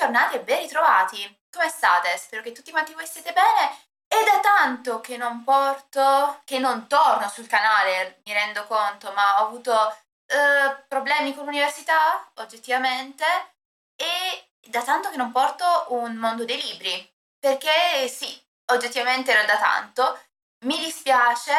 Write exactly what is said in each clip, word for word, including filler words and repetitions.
bentornati e ben ritrovati. Come state? Spero che tutti quanti voi stiate bene. È da tanto che non porto, che non torno sul canale, mi rendo conto, ma ho avuto eh, problemi con l'università, oggettivamente, e da tanto che non porto un mondo dei libri, perché sì, oggettivamente era da tanto. Mi dispiace,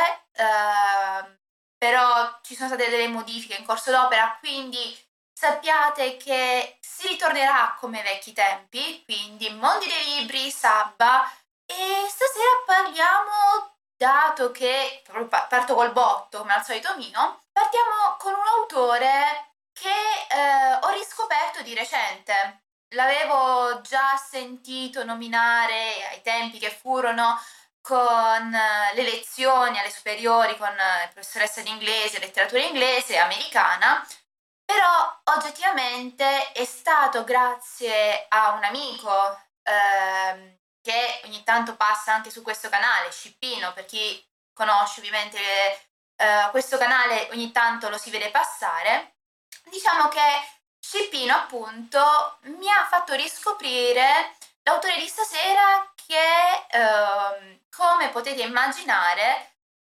ehm, però ci sono state delle modifiche in corso d'opera, quindi sappiate che si ritornerà come ai vecchi tempi, quindi Mondi dei Libri, Sabba, e stasera parliamo, dato che proprio pa- parto col botto, come al solito mio, partiamo con un autore che eh, ho riscoperto di recente. L'avevo già sentito nominare ai tempi che furono con eh, le lezioni alle superiori con eh, professoressa di inglese, letteratura inglese americana, però oggettivamente è stato grazie a un amico ehm, che ogni tanto passa anche su questo canale, Scippino, per chi conosce ovviamente eh, questo canale ogni tanto lo si vede passare, diciamo che Scippino appunto mi ha fatto riscoprire l'autore di stasera che, ehm, come potete immaginare,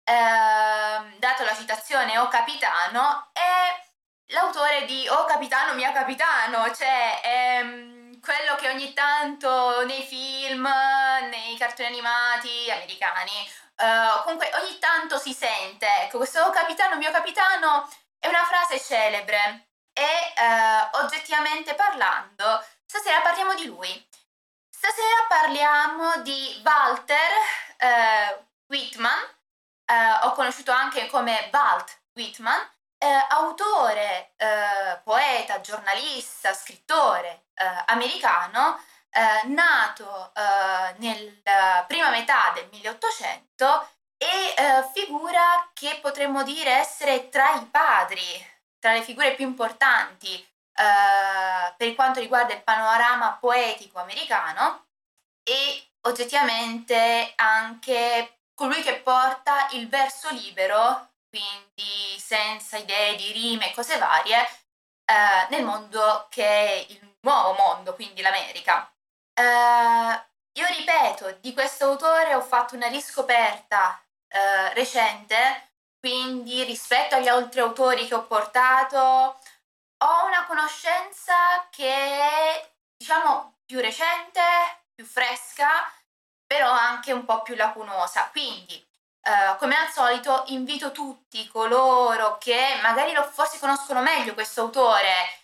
ehm, dato la citazione "O capitano", è l'autore di "Oh capitano mia capitano", cioè ehm, quello che ogni tanto nei film, nei cartoni animati americani, eh, comunque ogni tanto si sente. Ecco, questo "Oh capitano mio capitano" è una frase celebre e eh, oggettivamente parlando, stasera parliamo di lui. Stasera parliamo di Walter eh, Whitman, eh, ho conosciuto anche come Walt Whitman, eh, autore, eh, poeta, giornalista, scrittore eh, americano, eh, nato eh, nella prima metà del milleottocento e eh, figura che potremmo dire essere tra i padri, tra le figure più importanti eh, per quanto riguarda il panorama poetico americano e oggettivamente anche colui che porta il verso libero, quindi senza idee di rime e cose varie, eh, nel mondo che è il nuovo mondo, quindi l'America. Eh, io ripeto, di questo autore ho fatto una riscoperta eh, recente, quindi rispetto agli altri autori che ho portato, ho una conoscenza che è, diciamo, più recente, più fresca, però anche un po' più lacunosa. Quindi, eh, come al solito, invito tutti coloro che magari lo, forse conoscono meglio questo autore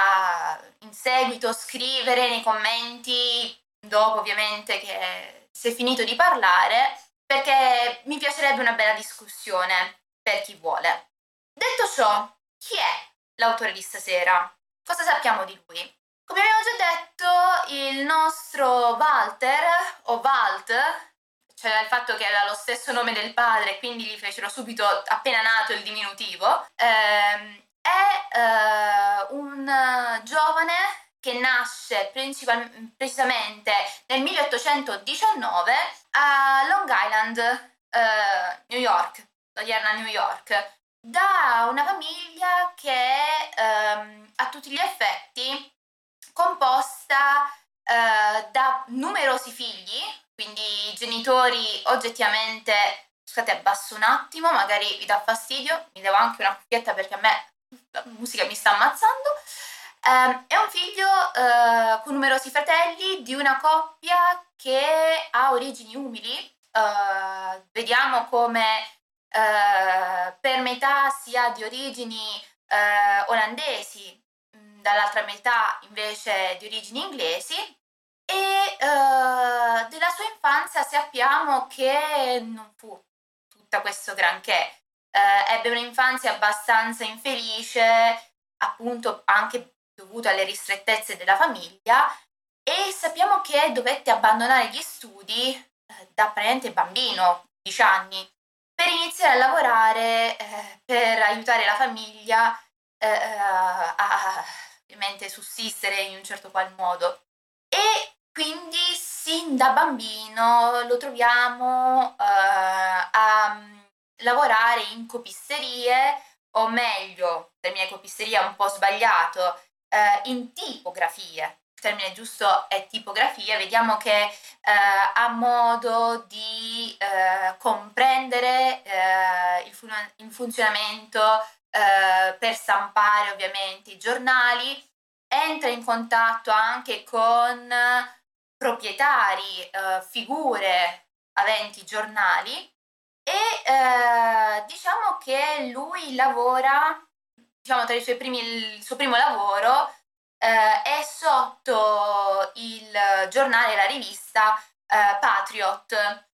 a in seguito scrivere nei commenti, dopo ovviamente che si è finito di parlare, perché mi piacerebbe una bella discussione per chi vuole. Detto ciò, chi è l'autore di stasera? Cosa sappiamo di lui? Come abbiamo già detto, il nostro Walter, o Walt, cioè il fatto che aveva lo stesso nome del padre, quindi gli fecero subito, appena nato, il diminutivo, ehm, è eh, un eh, giovane che nasce principal- precisamente nel milleottocentodiciannove a Long Island, eh, New York, odierna New York, da una famiglia che è ehm, a tutti gli effetti composta eh, da numerosi figli, quindi i genitori oggettivamente. Scusate, abbasso un attimo, magari vi dà fastidio, mi devo anche una cuffietta perché a me la musica mi sta ammazzando. Eh, è un figlio eh, con numerosi fratelli di una coppia che ha origini umili. Eh, vediamo come eh, per metà sia di origini eh, olandesi, mh, dall'altra metà invece di origini inglesi. E eh, della sua infanzia sappiamo che non fu tutta questo granché. Eh, ebbe un'infanzia abbastanza infelice, appunto anche dovuto alle ristrettezze della famiglia, e sappiamo che dovette abbandonare gli studi eh, da praticamente bambino, dieci anni, per iniziare a lavorare eh, per aiutare la famiglia eh, a ovviamente sussistere in un certo qual modo. E quindi sin da bambino lo troviamo eh, a mm, lavorare in copisterie, o meglio, termine copisteria è un po' sbagliato, eh, in tipografie. il termine giusto è tipografia, vediamo che eh, ha modo di eh, comprendere eh, il, fun- il funzionamento eh, per stampare ovviamente i giornali, entra in contatto anche con proprietari, eh, figure aventi giornali e eh, diciamo che lui lavora, diciamo tra i suoi primi, il suo primo lavoro eh, è sotto il giornale, la rivista eh, Patriot.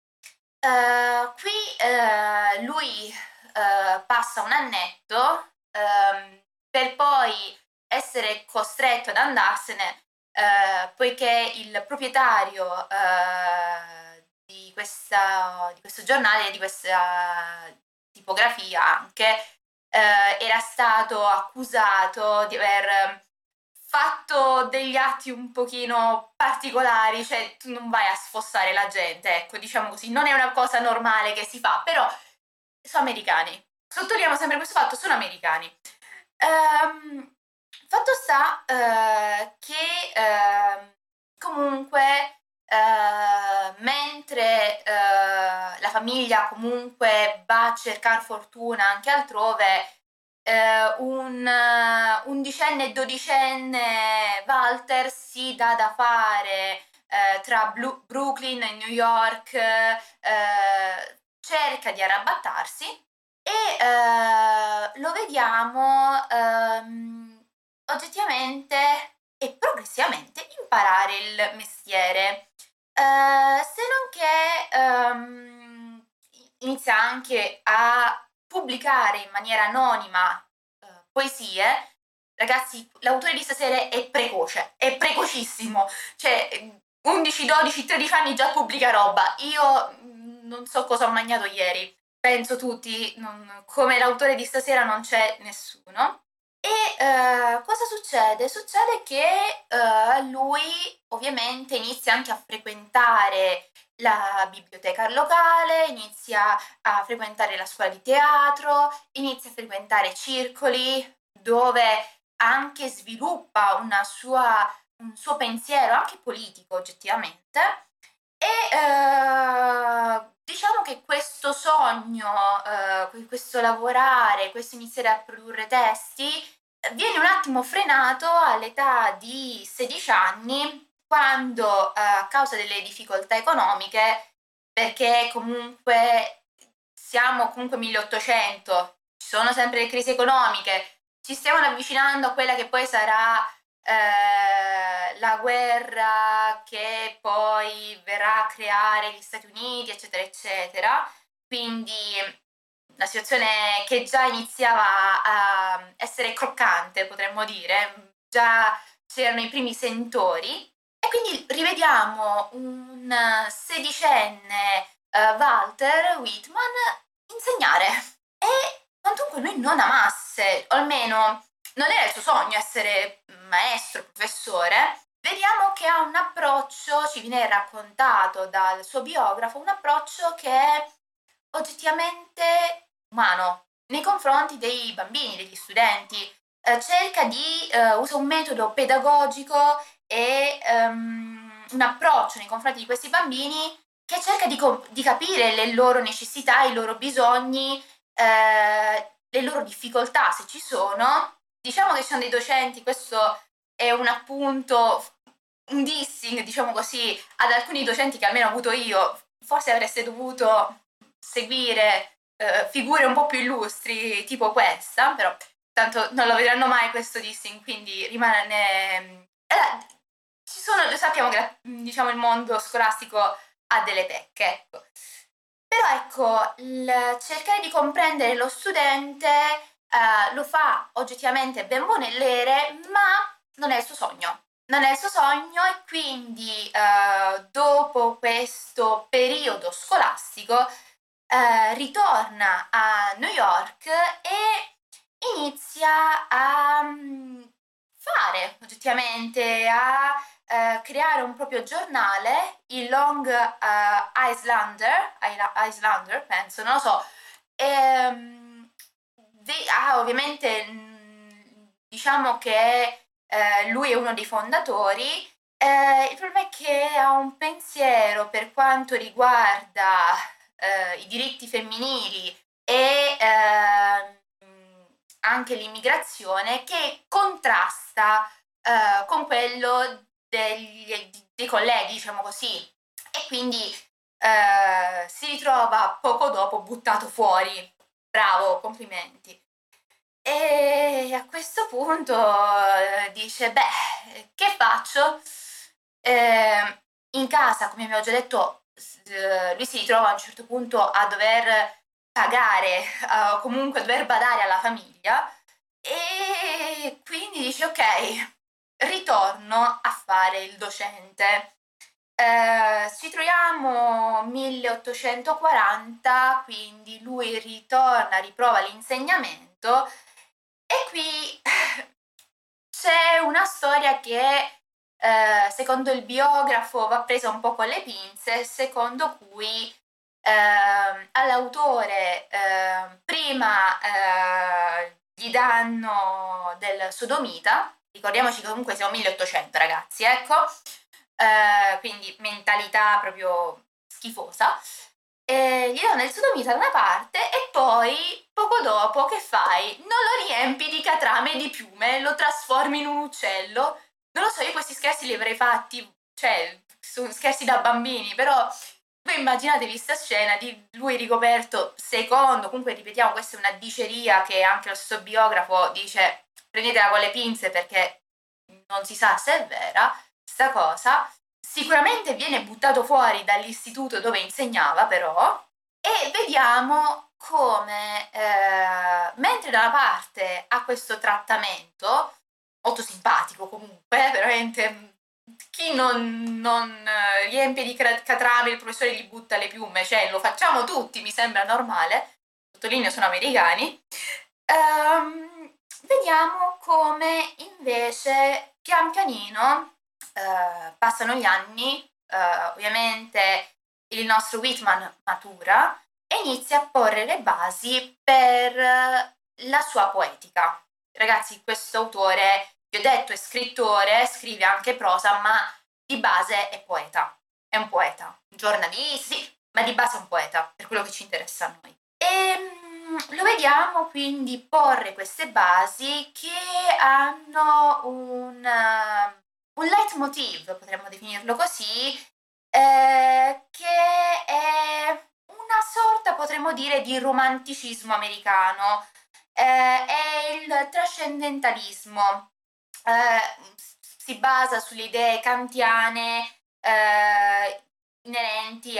Eh, qui eh, lui eh, passa un annetto ehm, per poi essere costretto ad andarsene eh, poiché il proprietario eh, di, questa, di questo giornale, di questa tipografia anche, eh, era stato accusato di aver fatto degli atti un pochino particolari, cioè tu non vai a sfossare la gente, ecco, diciamo così, non è una cosa normale che si fa, però sono americani. Sottolineiamo sempre questo fatto, sono americani. Ehm, fatto sta eh, che ehm, comunque eh, mentre eh, la famiglia comunque va a cercare fortuna anche altrove, eh, un eh, undicenne e dodicenne Walter si dà da fare eh, tra Blu- Brooklyn e New York, eh, cerca di arrabattarsi e eh, lo vediamo ehm, oggettivamente e progressivamente imparare il mestiere. Eh, se non che ehm, inizia anche a pubblicare in maniera anonima eh, poesie. Ragazzi, l'autore di stasera è precoce, è precocissimo, cioè undici, dodici, tredici anni già pubblica roba. Io mm, non so cosa ho mangiato ieri, penso tutti, non- come l'autore di stasera non c'è nessuno. E eh, cosa succede? Succede che eh, lui ovviamente inizia anche a frequentare la biblioteca locale, inizia a frequentare la scuola di teatro, inizia a frequentare circoli dove anche sviluppa una sua, un suo pensiero anche politico oggettivamente e eh, diciamo che questo sogno, eh, questo lavorare, questo iniziare a produrre testi eh, viene un attimo frenato all'età di sedici anni quando eh, a causa delle difficoltà economiche, perché comunque siamo comunque milleottocento, ci sono sempre le crisi economiche, ci stiamo avvicinando a quella che poi sarà eh, la guerra che poi verrà a creare gli Stati Uniti, eccetera, eccetera. Quindi una situazione che già iniziava a essere croccante, potremmo dire, già c'erano i primi sentori. E quindi rivediamo un sedicenne eh, Walter Whitman insegnare. E quantunque lui non amasse, o almeno non era il suo sogno essere maestro, professore, vediamo che ha un approccio, ci viene raccontato dal suo biografo, un approccio che è oggettivamente umano nei confronti dei bambini, degli studenti. Eh, cerca di, eh, usa un metodo pedagogico e um, un approccio nei confronti di questi bambini che cerca di, co- di capire le loro necessità, i loro bisogni, eh, le loro difficoltà se ci sono. Diciamo che ci sono dei docenti, questo è un appunto, un dissing, diciamo così, ad alcuni docenti che almeno ho avuto io. Forse avreste dovuto seguire eh, figure un po' più illustri, tipo questa, però tanto non lo vedranno mai questo dissing, quindi rimane... Eh, ci sono, lo sappiamo che la- diciamo, il mondo scolastico ha delle pecche, ecco. Però ecco, il cercare di comprendere lo studente eh, lo fa oggettivamente ben bonellere, ma non è il suo sogno. Non è il suo sogno e quindi eh, dopo questo periodo scolastico eh, ritorna a New York e inizia a mm, fare oggettivamente, a eh, creare un proprio giornale, il Long eh, Islander, Isla- Islander penso, non lo so, ehm, ve- ah, ovviamente mm, diciamo che eh, lui è uno dei fondatori Eh, il problema è che ha un pensiero per quanto riguarda eh, i diritti femminili e ehm, anche l'immigrazione che contrasta eh, con quello degli- dei colleghi, diciamo così, e quindi eh, si ritrova poco dopo buttato fuori. Bravo, complimenti. E a questo punto eh, dice, beh, che faccio? Eh, In casa, come vi ho già detto, s- eh, lui si ritrova a un certo punto a dover pagare, a comunque dover badare alla famiglia e quindi dice, ok, ritorno a fare il docente. Eh, ci troviamo milleottocentoquaranta, quindi lui ritorna, riprova l'insegnamento e qui c'è una storia che eh, secondo il biografo va presa un po' con le pinze, secondo cui ehm, all'autore eh, prima eh, gli danno del sodomita, ricordiamoci che comunque siamo milleottocento ragazzi, ecco, eh, quindi mentalità proprio schifosa, e gli danno il sodomita da una parte e poi poco dopo che fai? Non lo riempi di catrame e di piume, lo trasformi in un uccello. Non lo so, io questi scherzi li avrei fatti, cioè, sono scherzi da bambini, però voi immaginatevi questa scena di lui ricoperto, secondo, comunque ripetiamo, questa è una diceria che anche lo stesso biografo dice prendetela con le pinze perché non si sa se è vera, sta cosa. Sicuramente viene buttato fuori dall'istituto dove insegnava, però, e vediamo come, eh, mentre da una parte ha questo trattamento, molto simpatico comunque, veramente, chi non, non eh, riempie di cra- catrame il professore gli butta le piume, cioè lo facciamo tutti, mi sembra normale, sottolineo sono americani, ehm, vediamo come invece pian pianino eh, passano gli anni, eh, ovviamente il nostro Whitman matura e inizia a porre le basi per eh, la sua poetica. Ragazzi, questo autore, vi ho detto, è scrittore, scrive anche prosa, ma di base è poeta. È un poeta, un giornalista, sì, ma di base è un poeta, per quello che ci interessa a noi. E mm, lo vediamo quindi porre queste basi che hanno un, eh, un leitmotiv, potremmo definirlo così, eh, che è una sorta, potremmo dire, di romanticismo americano. Eh, è il trascendentalismo. Eh, si basa sulle idee kantiane eh, inerenti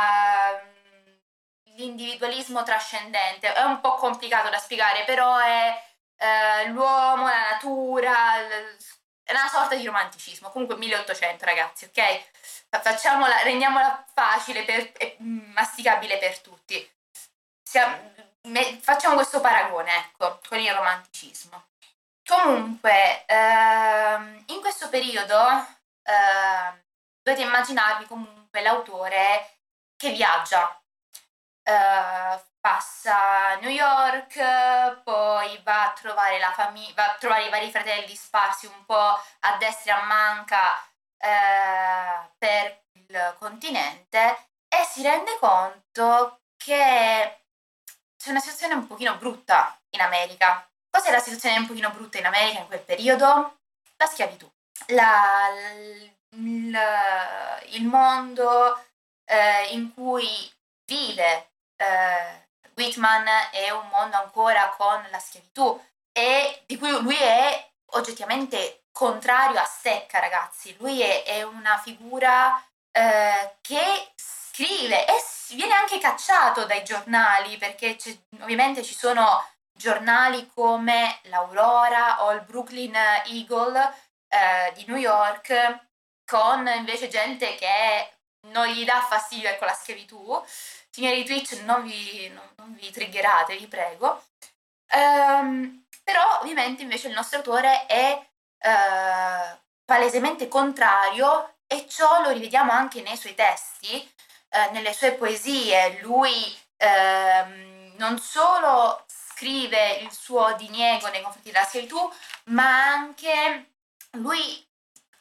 all'individualismo trascendente. È un po' complicato da spiegare, però è eh, l'uomo, la natura, l- è una sorta di romanticismo. Comunque milleottocento ragazzi, ok? Fa- Facciamola, rendiamola facile per- e mm, masticabile per tutti. Sia- me- facciamo questo paragone, ecco, con il romanticismo. Comunque, ehm, in questo periodo ehm, dovete immaginarvi comunque l'autore che viaggia. Eh, passa a New York, poi va a trovare la famiglia, va a trovare i vari fratelli sparsi un po' a destra e a manca eh, per il continente e si rende conto che c'è una situazione un pochino brutta in America. Cos'è la situazione un pochino brutta in America in quel periodo? La schiavitù. La- il, il mondo eh, in cui vive eh, Whitman è un mondo ancora con la schiavitù e di cui lui è oggettivamente contrario a stecca, ragazzi. Lui è, è una figura eh, che scrive e s- viene anche cacciato dai giornali perché c'è- ovviamente ci sono giornali come l'Aurora o il Brooklyn Eagle eh, di New York con invece gente che non gli dà fastidio ecco la schiavitù. Signori di Twitch, non vi, non, non vi triggerate, vi prego. Ehm, però ovviamente invece il nostro autore è eh, palesemente contrario e ciò lo rivediamo anche nei suoi testi, eh, nelle sue poesie. Lui ehm, non solo scrive il suo diniego nei confronti della schiavitù, ma anche lui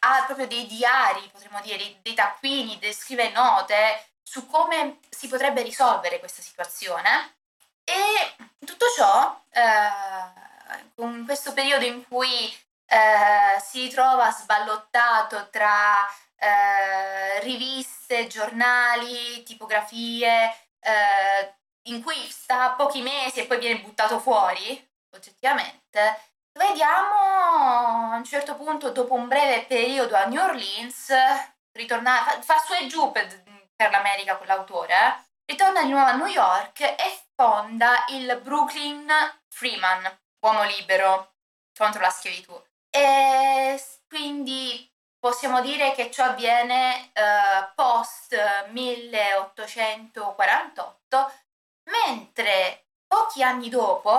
ha proprio dei diari, potremmo dire, dei, dei taccuini, de- scrive note su come si potrebbe risolvere questa situazione. E tutto ciò, eh, con questo periodo in cui eh, si ritrova sballottato tra eh, riviste, giornali, tipografie, eh, in cui sta pochi mesi e poi viene buttato fuori, oggettivamente, vediamo a un certo punto, dopo un breve periodo a New Orleans, ritornare, fa, fa su e giù per, per l'America quell'autore, eh, ritorna di nuovo a New York e fonda il Brooklyn Freeman, uomo libero contro la schiavitù. E quindi possiamo dire che ciò avviene eh, post milleottocentoquarantotto, mentre pochi anni dopo,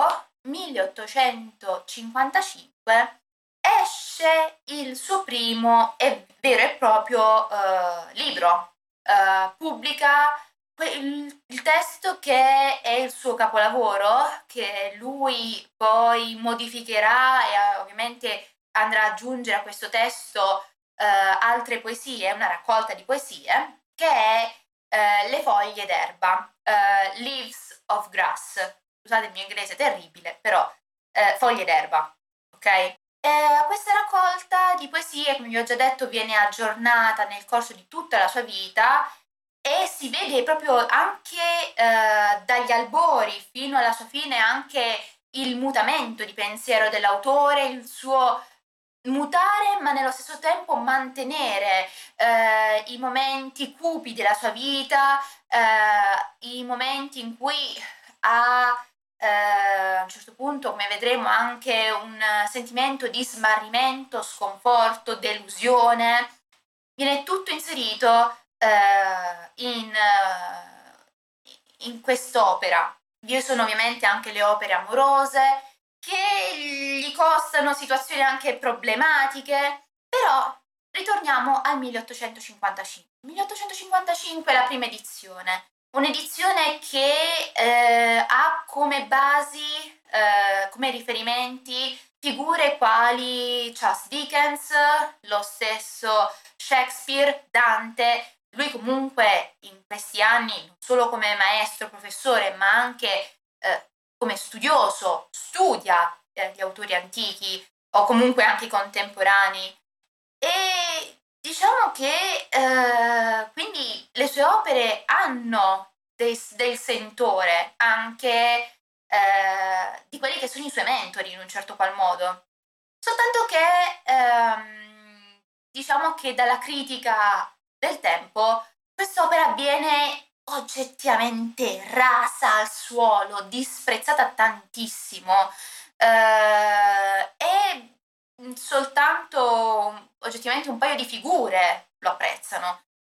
milleottocentocinquantacinque, esce il suo primo e vero e proprio eh, libro. Eh, pubblica il, il testo che è il suo capolavoro, che lui poi modificherà e eh, ovviamente andrà ad aggiungere a questo testo eh, altre poesie, una raccolta di poesie, che è eh, Le foglie d'erba, eh, Leaves of Grass. Scusate il mio inglese terribile, però eh, foglie d'erba, ok? E questa raccolta di poesie, come vi ho già detto, viene aggiornata nel corso di tutta la sua vita e si vede proprio anche eh, dagli albori fino alla sua fine anche il mutamento di pensiero dell'autore, il suo mutare ma nello stesso tempo mantenere eh, i momenti cupi della sua vita, eh, i momenti in cui ha eh, a un certo punto, come vedremo, anche un sentimento di smarrimento, sconforto, delusione. Viene tutto inserito eh, in, eh, in quest'opera. Vi sono ovviamente anche le opere amorose che gli costano situazioni anche problematiche, però ritorniamo al milleottocentocinquantacinque. milleottocentocinquantacinque è la prima edizione, un'edizione che eh, ha come basi, eh, come riferimenti, figure quali Charles Dickens, lo stesso Shakespeare, Dante. Lui comunque in questi anni, non solo come maestro, professore, ma anche eh, come studioso, studia eh, gli autori antichi o comunque anche contemporanei. E diciamo che eh, quindi le sue opere hanno dei- del sentore anche eh, di quelli che sono i suoi mentori in un certo qual modo. Soltanto che ehm, diciamo che dalla critica del tempo quest'opera viene oggettivamente rasa al suolo, disprezzata tantissimo eh, e soltanto oggettivamente un paio di figure lo apprezzano,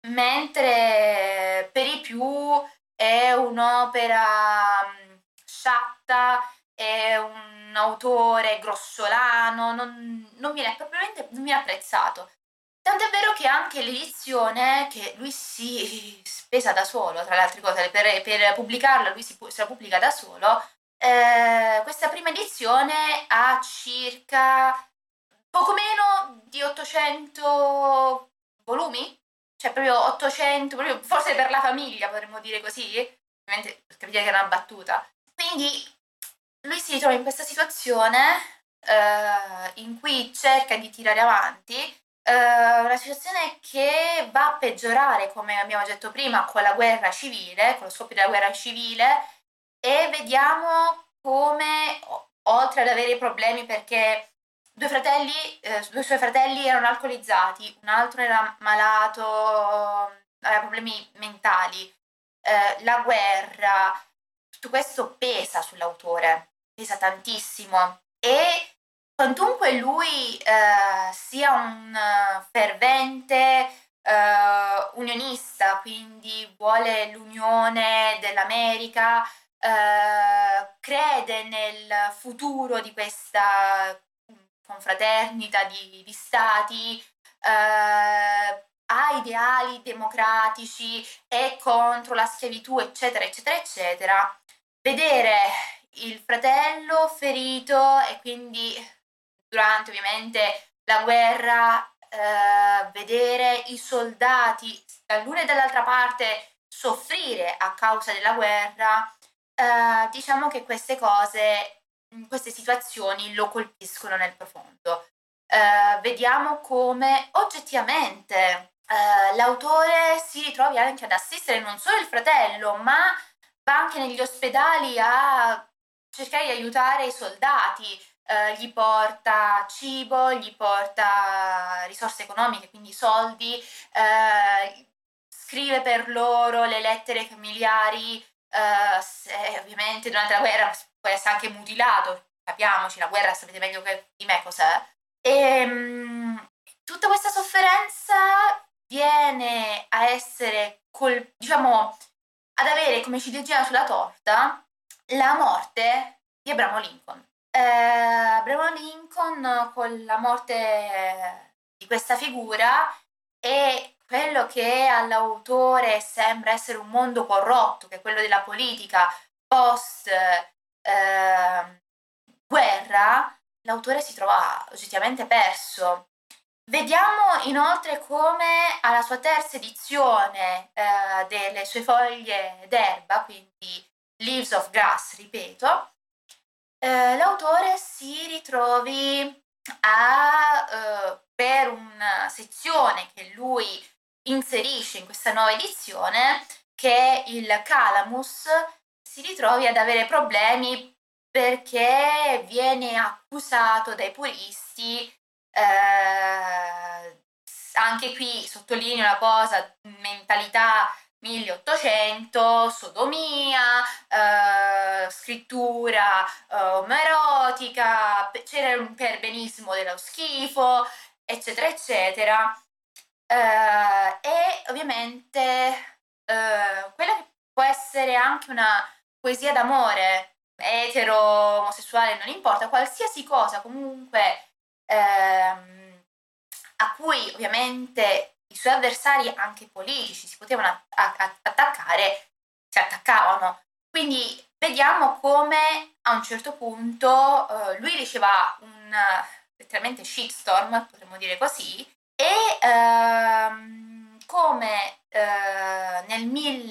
mentre per i più è un'opera mh, sciatta, è un autore grossolano, non, non viene propriamente non viene apprezzato. Tant'è vero che anche l'edizione, che lui si spesa da solo, tra le altre cose, per, per pubblicarla, lui si, pu- se la pubblica da solo, eh, questa prima edizione ha circa poco meno di ottocento volumi, cioè proprio ottocento, proprio forse per la famiglia potremmo dire così, ovviamente per capire che è una battuta. Quindi lui si ritrova in questa situazione eh, in cui cerca di tirare avanti, eh, una situazione che va a peggiorare, come abbiamo detto prima, con la guerra civile, con lo scoppio della guerra civile, e vediamo come, o- oltre ad avere problemi perché due fratelli, eh, due suoi fratelli erano alcolizzati, un altro era malato, aveva problemi mentali, eh, la guerra, tutto questo pesa sull'autore, pesa tantissimo e quantunque lui eh, sia un eh, fervente eh, unionista, quindi vuole l'unione dell'America, eh, crede nel futuro di questa confraternita di, di stati, eh, ha ideali democratici, è contro la schiavitù, eccetera, eccetera, eccetera, vedere il fratello ferito e quindi durante ovviamente la guerra eh, vedere i soldati dall'una e dall'altra parte soffrire a causa della guerra, eh, diciamo che queste cose, queste situazioni lo colpiscono nel profondo. Eh, vediamo come oggettivamente eh, l'autore si ritrovi anche ad assistere non solo il fratello, ma va anche negli ospedali a cercare di aiutare i soldati, eh, gli porta cibo, gli porta risorse economiche, quindi soldi, eh, scrive per loro le lettere familiari, eh, se ovviamente durante la guerra può essere anche mutilato, capiamoci, la guerra sapete meglio che di me cos'è. E mh, tutta questa sofferenza viene a essere, col, diciamo, ad avere come ciliegina sulla torta la morte di Abramo Lincoln. Eh, Abramo Lincoln, con la morte di questa figura, e quello che all'autore sembra essere un mondo corrotto, che è quello della politica post eh, guerra, l'autore si trova oggettivamente perso. Vediamo inoltre come alla sua terza edizione eh, delle sue foglie d'erba, quindi Leaves of Grass, ripeto, eh, l'autore si ritrovi a, eh, per una sezione che lui inserisce in questa nuova edizione, che è il Calamus, si ritrovi ad avere problemi perché viene accusato dai puristi, eh, anche qui sottolineo una cosa, mentalità milleottocento, sodomia, eh, scrittura eh, omoerotica, c'era un perbenismo dello schifo, eccetera, eccetera. Eh, e ovviamente eh, quella che può essere anche una poesia d'amore, etero, omosessuale, non importa, qualsiasi cosa comunque ehm, a cui ovviamente i suoi avversari anche politici si potevano a- a- attaccare, si attaccavano. Quindi vediamo come a un certo punto eh, lui riceva un letteralmente shitstorm, potremmo dire così, e ehm, come eh, nel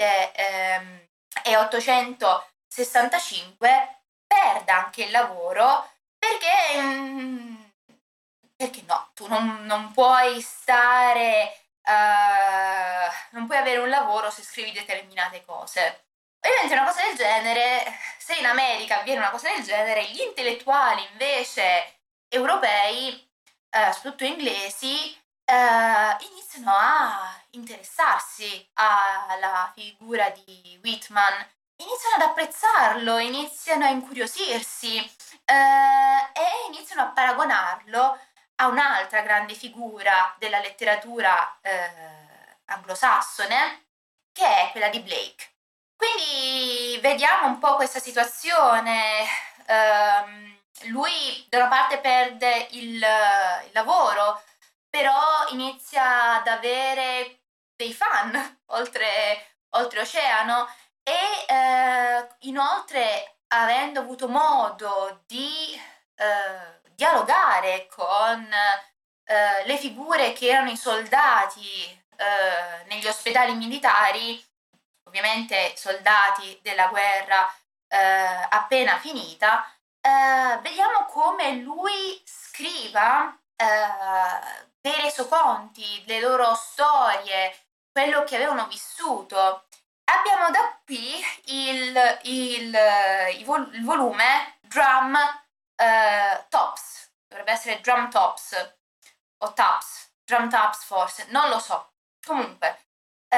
milleottocentosessantacinque perda anche il lavoro perché, mm, perché no, tu non, non puoi stare, uh, non puoi avere un lavoro se scrivi determinate cose. Ovviamente una cosa del genere, se in America avviene una cosa del genere, gli intellettuali invece europei, eh, soprattutto inglesi, eh, iniziano a interessarsi alla figura di Whitman, iniziano ad apprezzarlo, iniziano a incuriosirsi eh, e iniziano a paragonarlo a un'altra grande figura della letteratura eh, anglosassone, che è quella di Blake. Quindi vediamo un po' questa situazione. ehm, lui da una parte perde il, il lavoro, però inizia ad avere dei fan oltre, oltreoceano e eh, inoltre avendo avuto modo di eh, dialogare con eh, le figure che erano i soldati eh, negli ospedali militari, ovviamente soldati della guerra eh, appena finita, eh, vediamo come lui scriva eh, dei resoconti, le loro storie, quello che avevano vissuto. Abbiamo da qui il, il, il, vol- il volume Drum eh, Tops, dovrebbe essere Drum Tops o Taps, Drum Taps forse, non lo so. Comunque,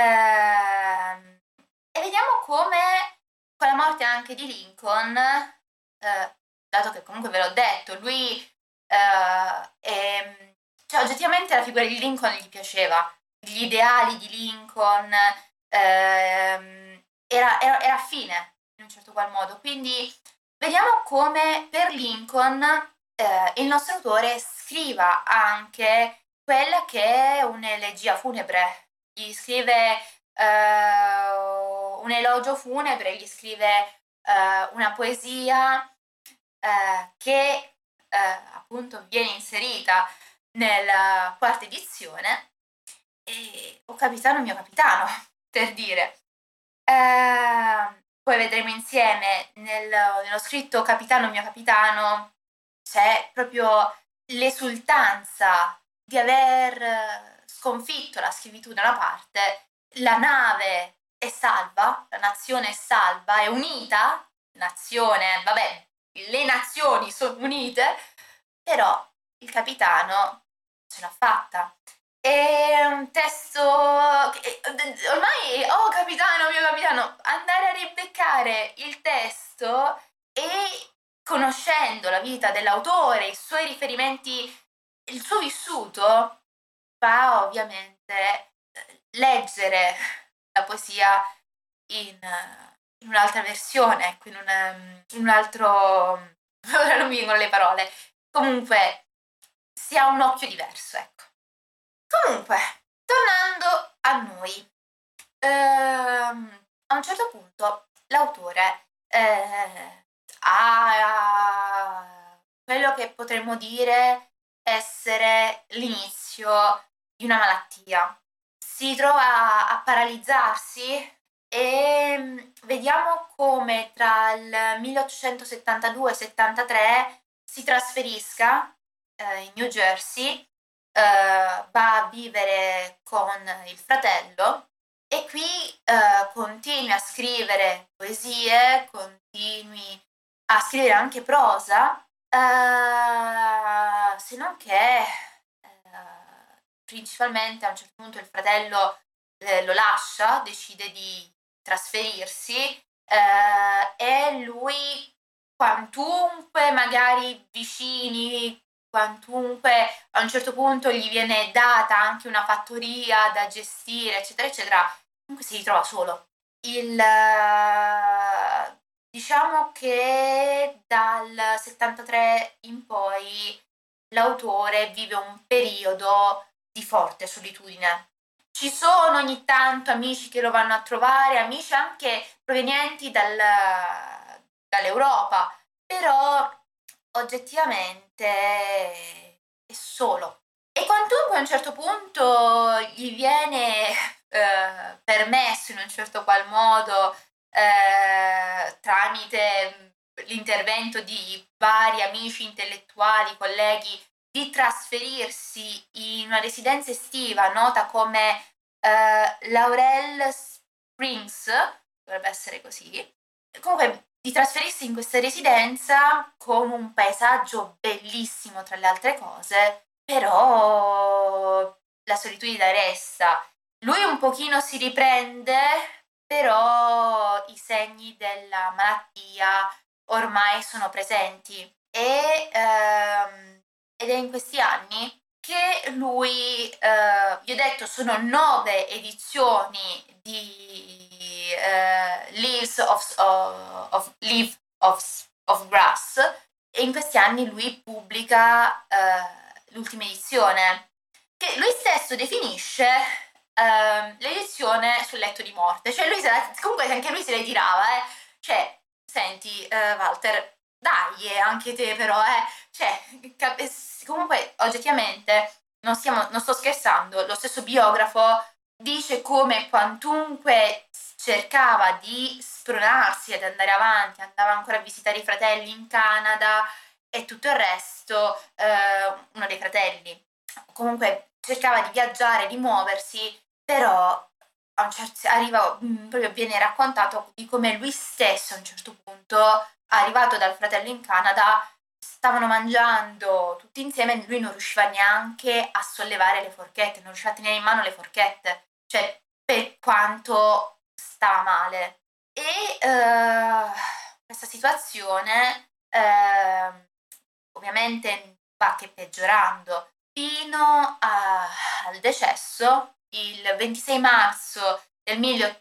ehm, e vediamo come con la morte anche di Lincoln, eh, dato che comunque ve l'ho detto, lui, eh, è, cioè oggettivamente la figura di Lincoln gli piaceva, gli ideali di Lincoln, ehm, era, era, era affine in un certo qual modo. Quindi vediamo come per Lincoln eh, il nostro autore scriva anche quella che è un'elegia funebre. Gli scrive eh, un elogio funebre, gli scrive eh, una poesia eh, che eh, appunto viene inserita nella quarta edizione, e "O capitano mio capitano", per dire. Ehm, poi vedremo insieme nel nello scritto "Capitano mio capitano" c'è proprio l'esultanza di aver sconfitto la schiavitù da una parte, la nave è salva, la nazione è salva, è unita, nazione, vabbè, le nazioni sono unite, però il capitano ce l'ha fatta. È un testo che eh, ormai, oh capitano, mio capitano, andare a ribeccare il testo e conoscendo la vita dell'autore, i suoi riferimenti, il suo vissuto, fa ovviamente eh, leggere la poesia in, eh, in un'altra versione, ecco, in un, ehm, in un altro... ora non mi vengono le parole. Comunque, si ha un occhio diverso, ecco. Comunque, tornando a noi, ehm, a un certo punto l'autore eh, ha quello che potremmo dire essere l'inizio di una malattia. Si trova a paralizzarsi e mm, vediamo come tra il milleottocentosettantadue e settantatré si trasferisca eh, in New Jersey, eh, va a vivere con il fratello e qui eh, continui a scrivere poesie, continui a scrivere anche prosa, eh, se non che eh, principalmente a un certo punto il fratello eh, lo lascia, decide di trasferirsi eh, e lui quantunque magari vicini, quantunque a un certo punto gli viene data anche una fattoria da gestire, eccetera, eccetera, comunque si ritrova solo. Il, eh, diciamo che dal settantatré in poi l'autore vive un periodo di forte solitudine. Ci sono ogni tanto amici che lo vanno a trovare, amici anche provenienti dal, dall'Europa, però oggettivamente è solo. E quantunque a un certo punto gli viene eh, permesso in un certo qual modo eh, tramite l'intervento di vari amici intellettuali, colleghi, di trasferirsi in una residenza estiva nota come eh, Laurel Springs, dovrebbe essere così. Comunque di trasferirsi in questa residenza con un paesaggio bellissimo tra le altre cose, però la solitudine resta. Lui un pochino si riprende, però i segni della malattia ormai sono presenti e, ehm, ed è in questi anni che lui, eh, vi ho detto, sono nove edizioni di eh, Leaves of, of, of, Leaf of, of Grass e in questi anni lui pubblica eh, l'ultima edizione che lui stesso definisce ehm, l'edizione sul letto di morte, cioè lui se la, comunque anche lui se le tirava, eh. Cioè, senti, eh, Walter, dai, eh, anche te però, eh, cioè, cap- comunque oggettivamente non, stiamo, non sto scherzando, lo stesso biografo dice come quantunque cercava di spronarsi ad andare avanti, andava ancora a visitare i fratelli in Canada e tutto il resto, eh, uno dei fratelli comunque cercava di viaggiare, di muoversi, però a un certo, arriva, mh, proprio viene raccontato di come lui stesso a un certo punto, arrivato dal fratello in Canada, stavano mangiando tutti insieme e lui non riusciva neanche a sollevare le forchette, non riusciva a tenere in mano le forchette, cioè per quanto stava male. E eh, questa situazione eh, ovviamente va che peggiorando fino a- al decesso il ventisei marzo del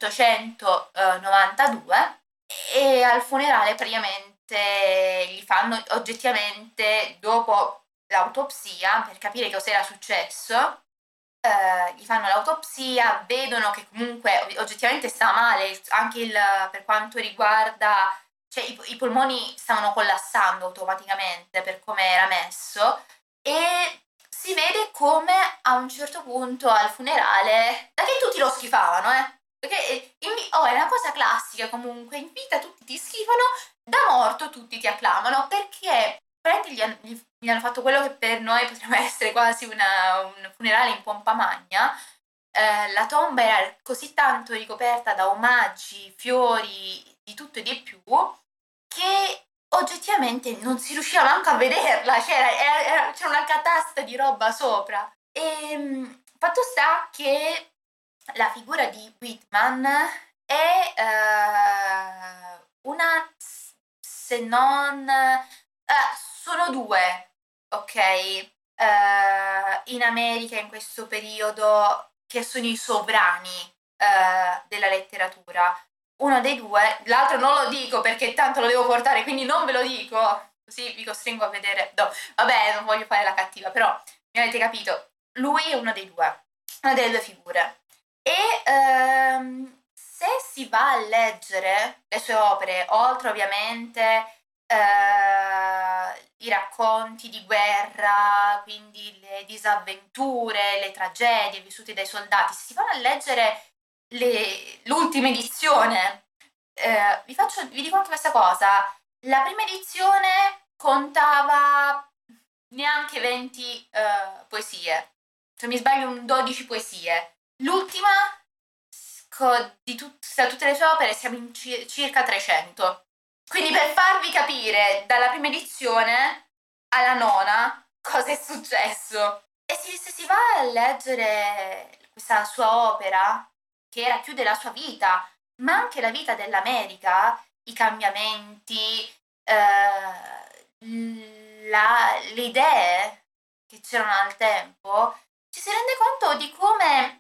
milleottocentonovantadue e al funerale praticamente gli fanno oggettivamente dopo l'autopsia per capire cosa era successo eh, gli fanno l'autopsia, vedono che comunque oggettivamente sta male, anche il, per quanto riguarda, cioè i, i polmoni stavano collassando automaticamente per come era messo e si vede come a un certo punto al funerale, da che tutti lo schifavano, eh? Perché in vi- oh, è una cosa classica comunque, in vita tutti ti schifano, da morto tutti ti acclamano, perché praticamente gli, han- gli- gli hanno fatto quello che per noi potrebbe essere quasi una- un funerale in pompa magna. Eh, la tomba era così tanto ricoperta da omaggi, fiori, di tutto e di più, che oggettivamente non si riusciva manco a vederla, c'era, era- era- c'era una catasta di roba sopra. E mh, fatto sta che la figura di Whitman è eh, una, se non... eh, sono due, ok? Eh, in America in questo periodo che sono i sovrani eh, della letteratura. Uno dei due, l'altro non lo dico perché tanto lo devo portare, quindi non ve lo dico, così vi costringo a vedere. No, vabbè, non voglio fare la cattiva, però mi avete capito. Lui è uno dei due, una delle due figure. E ehm, se si va a leggere le sue opere, oltre ovviamente eh, i racconti di guerra, quindi le disavventure, le tragedie vissute dai soldati, se si vanno a leggere le- l'ultima edizione, eh, vi, faccio, vi dico anche questa cosa, la prima edizione contava neanche venti eh, poesie, se mi sbaglio un dodici poesie. L'ultima, co- di tut- tra tutte le sue opere, siamo in ci- circa trecento. Quindi per farvi capire, dalla prima edizione alla nona, cosa è successo. E si- se si va a leggere questa sua opera, che era più della sua vita, ma anche la vita dell'America, i cambiamenti, eh, la- le idee che c'erano al tempo, ci si rende conto di come,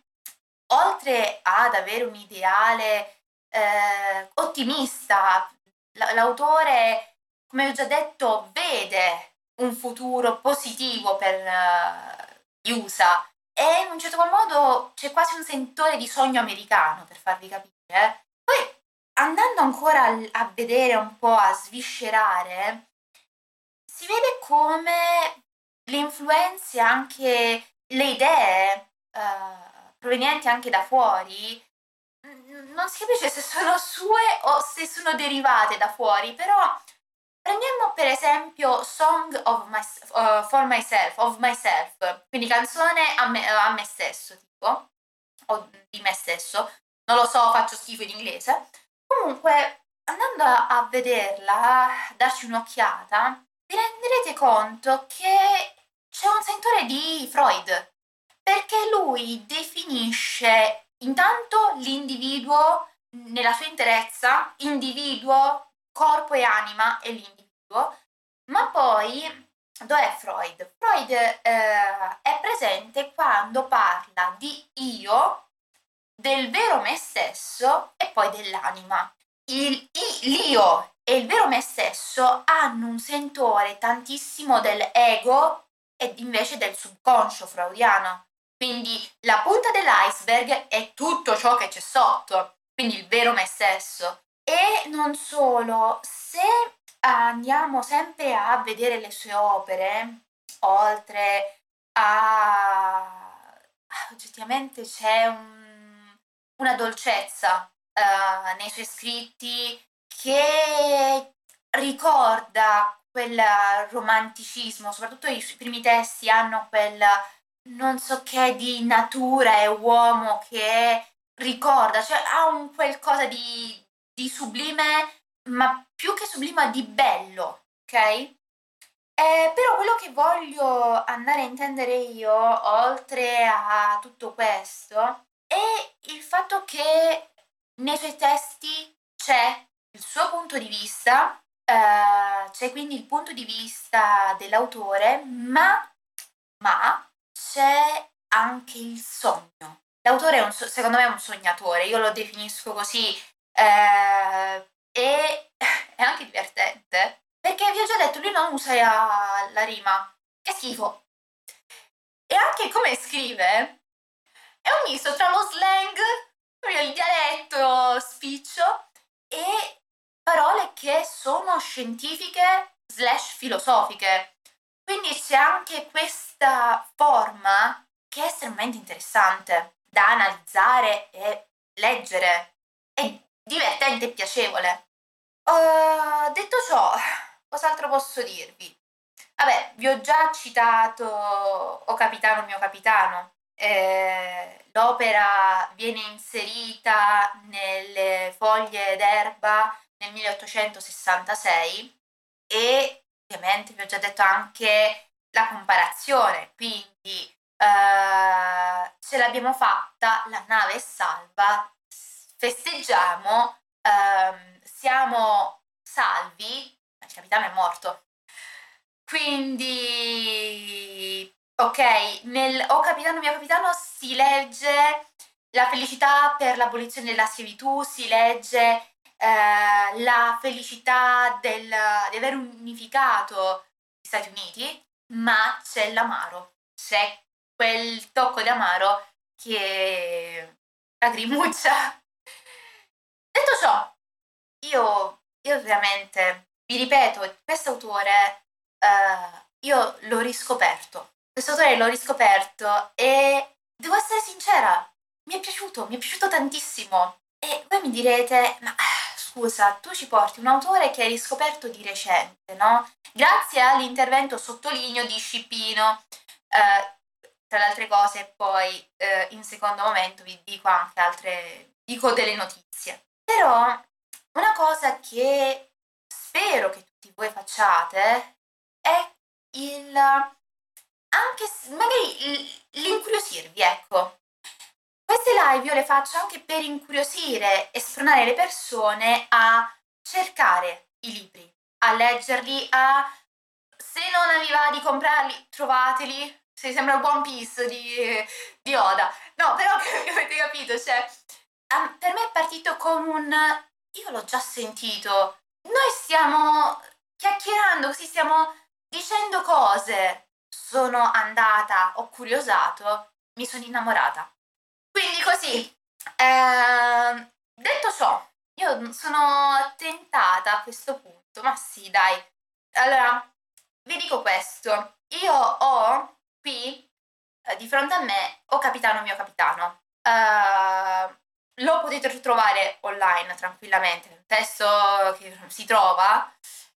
oltre ad avere un ideale eh, ottimista, l- l'autore, come ho già detto, vede un futuro positivo per eh, gli U S A e in un certo qual modo c'è quasi un sentore di sogno americano, per farvi capire. eh. Poi, andando ancora al- a vedere un po', a sviscerare, si vede come le influenze, anche le idee eh, provenienti anche da fuori, n- non si capisce se sono sue o se sono derivate da fuori, però prendiamo per esempio Song of my, uh, for Myself, of Myself, quindi canzone a me, a me stesso, tipo, o di me stesso, non lo so, faccio schifo in inglese. Comunque, andando a, a vederla, a darci un'occhiata, vi renderete conto che c'è un sentore di Freud, perché lui definisce intanto l'individuo nella sua interezza, individuo, corpo e anima e l'individuo, ma poi dov'è Freud? Freud eh, è presente quando parla di io, del vero me stesso e poi dell'anima. Il, i- l'io e il vero me stesso hanno un sentore tantissimo dell'ego e invece del subconscio freudiano. Quindi la punta dell'iceberg è tutto ciò che c'è sotto, quindi il vero me stesso. E non solo, se andiamo sempre a vedere le sue opere, oltre a... oggettivamente c'è un- una dolcezza eh, nei suoi scritti che ricorda quel romanticismo, soprattutto i suoi primi testi hanno quel non so che di natura e uomo che ricorda, cioè ha un qualcosa di, di sublime, ma più che sublime di bello, ok? Eh, però quello che voglio andare a intendere io, oltre a tutto questo, è il fatto che nei suoi testi c'è il suo punto di vista, eh, c'è quindi il punto di vista dell'autore, ma, ma c'è anche il sogno. L'autore è un so- secondo me è un sognatore, io lo definisco così, eh, e è anche divertente, perché vi ho già detto, lui non usa la, la rima, che schifo. E anche come scrive, è un misto tra lo slang, proprio il dialetto spiccio, e parole che sono scientifiche slash filosofiche. quindi c'è anche questa forma che è estremamente interessante da analizzare e leggere. È divertente e piacevole. Uh, detto ciò, cos'altro posso dirvi? Vabbè, vi ho già citato O Capitano mio capitano. Eh, l'opera viene inserita nelle foglie d'erba nel milleottocentosessantasei e ovviamente vi ho già detto anche la comparazione, quindi eh, ce l'abbiamo fatta, la nave è salva, festeggiamo, ehm, siamo salvi, il capitano è morto. Quindi, ok, nel O Capitano mio capitano si legge la felicità per l'abolizione della schiavitù, si legge eh, la felicità del, di aver unificato gli Stati Uniti, ma c'è l'amaro, c'è quel tocco di amaro che lagrimuccia. Detto ciò, io, io veramente, vi ripeto, questo autore eh, io l'ho riscoperto. Questo autore l'ho riscoperto e devo essere sincera, mi è piaciuto, mi è piaciuto tantissimo. E voi mi direte, ma eh, scusa, tu ci porti un autore che hai riscoperto di recente, no? Grazie all'intervento sottolineo di Scippino. Eh, tra le altre cose, poi eh, in secondo momento vi dico anche altre, dico delle notizie. Però una cosa che spero che tutti voi facciate è il anche magari l'incuriosirvi, ecco. Queste live io le faccio anche per incuriosire e spronare le persone a cercare i libri, a leggerli, a se non vi va di comprarli, trovateli. Se sembra One Piece di, di Oda. No, però che avete capito, cioè, um, per me è partito con un io l'ho già sentito. Noi stiamo chiacchierando, così stiamo dicendo cose. Sono andata, ho curiosato, mi sono innamorata. Quindi così, ehm, detto ciò, io sono tentata a questo punto, ma sì, dai. Allora, vi dico questo, io ho qui eh, di fronte a me O Capitano mio capitano. Eh, lo potete trovare online tranquillamente, è un testo che si trova.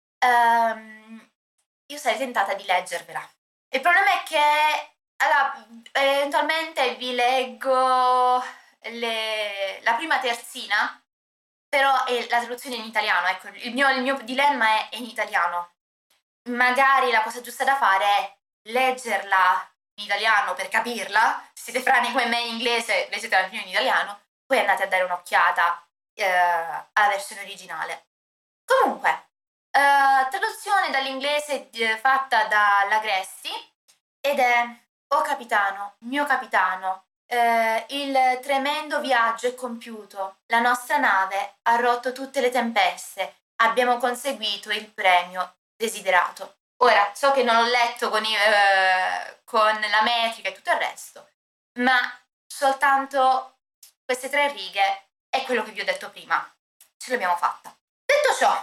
Ehm, io sarei tentata di leggervela. Il problema è che allora, eventualmente vi leggo le- la prima terzina, però è la traduzione in italiano, ecco, il mio, il mio dilemma è, è in italiano. Magari la cosa giusta da fare è leggerla in italiano per capirla, se siete frani come me in inglese, leggetela prima in italiano, poi andate a dare un'occhiata eh, alla versione originale. Comunque, eh, traduzione dall'inglese eh, fatta da Lagresti ed è O capitano, mio capitano, eh, il tremendo viaggio è compiuto, la nostra nave ha rotto tutte le tempeste, abbiamo conseguito il premio desiderato. Ora, so che non l'ho letto con, i, eh, con la metrica e tutto il resto, ma soltanto queste tre righe è quello che vi ho detto prima. Ce l'abbiamo fatta. Detto ciò,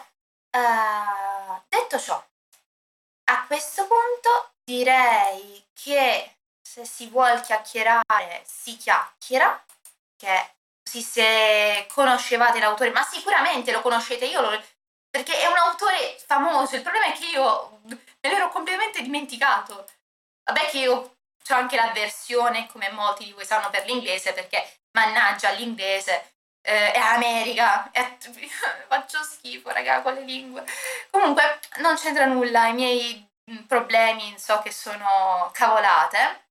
eh, detto ciò, a questo punto direi che se si vuol chiacchierare si chiacchiera, che così se conoscevate l'autore, ma sicuramente lo conoscete, io lo, perché è un autore famoso, il problema è che io me l'ero completamente dimenticato. Vabbè che io ho anche la versione, come molti di voi sanno, per l'inglese, perché mannaggia l'inglese, eh, è America, è... faccio schifo raga con le lingue. Comunque non c'entra nulla, i miei mm, problemi so che sono cavolate.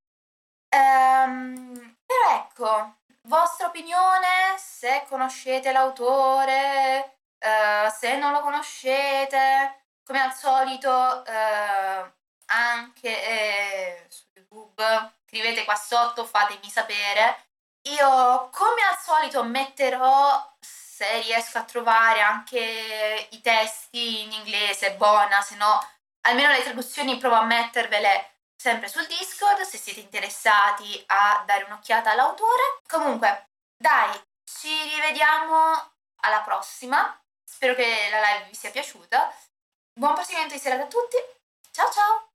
Ehm, però ecco, vostra opinione, se conoscete l'autore, eh, se non lo conoscete, come al solito eh, anche eh, su YouTube, scrivete qua sotto, fatemi sapere. Io come al solito metterò, se riesco a trovare anche i testi in inglese, buona, se no almeno le traduzioni provo a mettervele sempre sul Discord se siete interessati a dare un'occhiata all'autore. Comunque, dai, ci rivediamo alla prossima. Spero che la live vi sia piaciuta. Buon proseguimento di serata a tutti. Ciao ciao!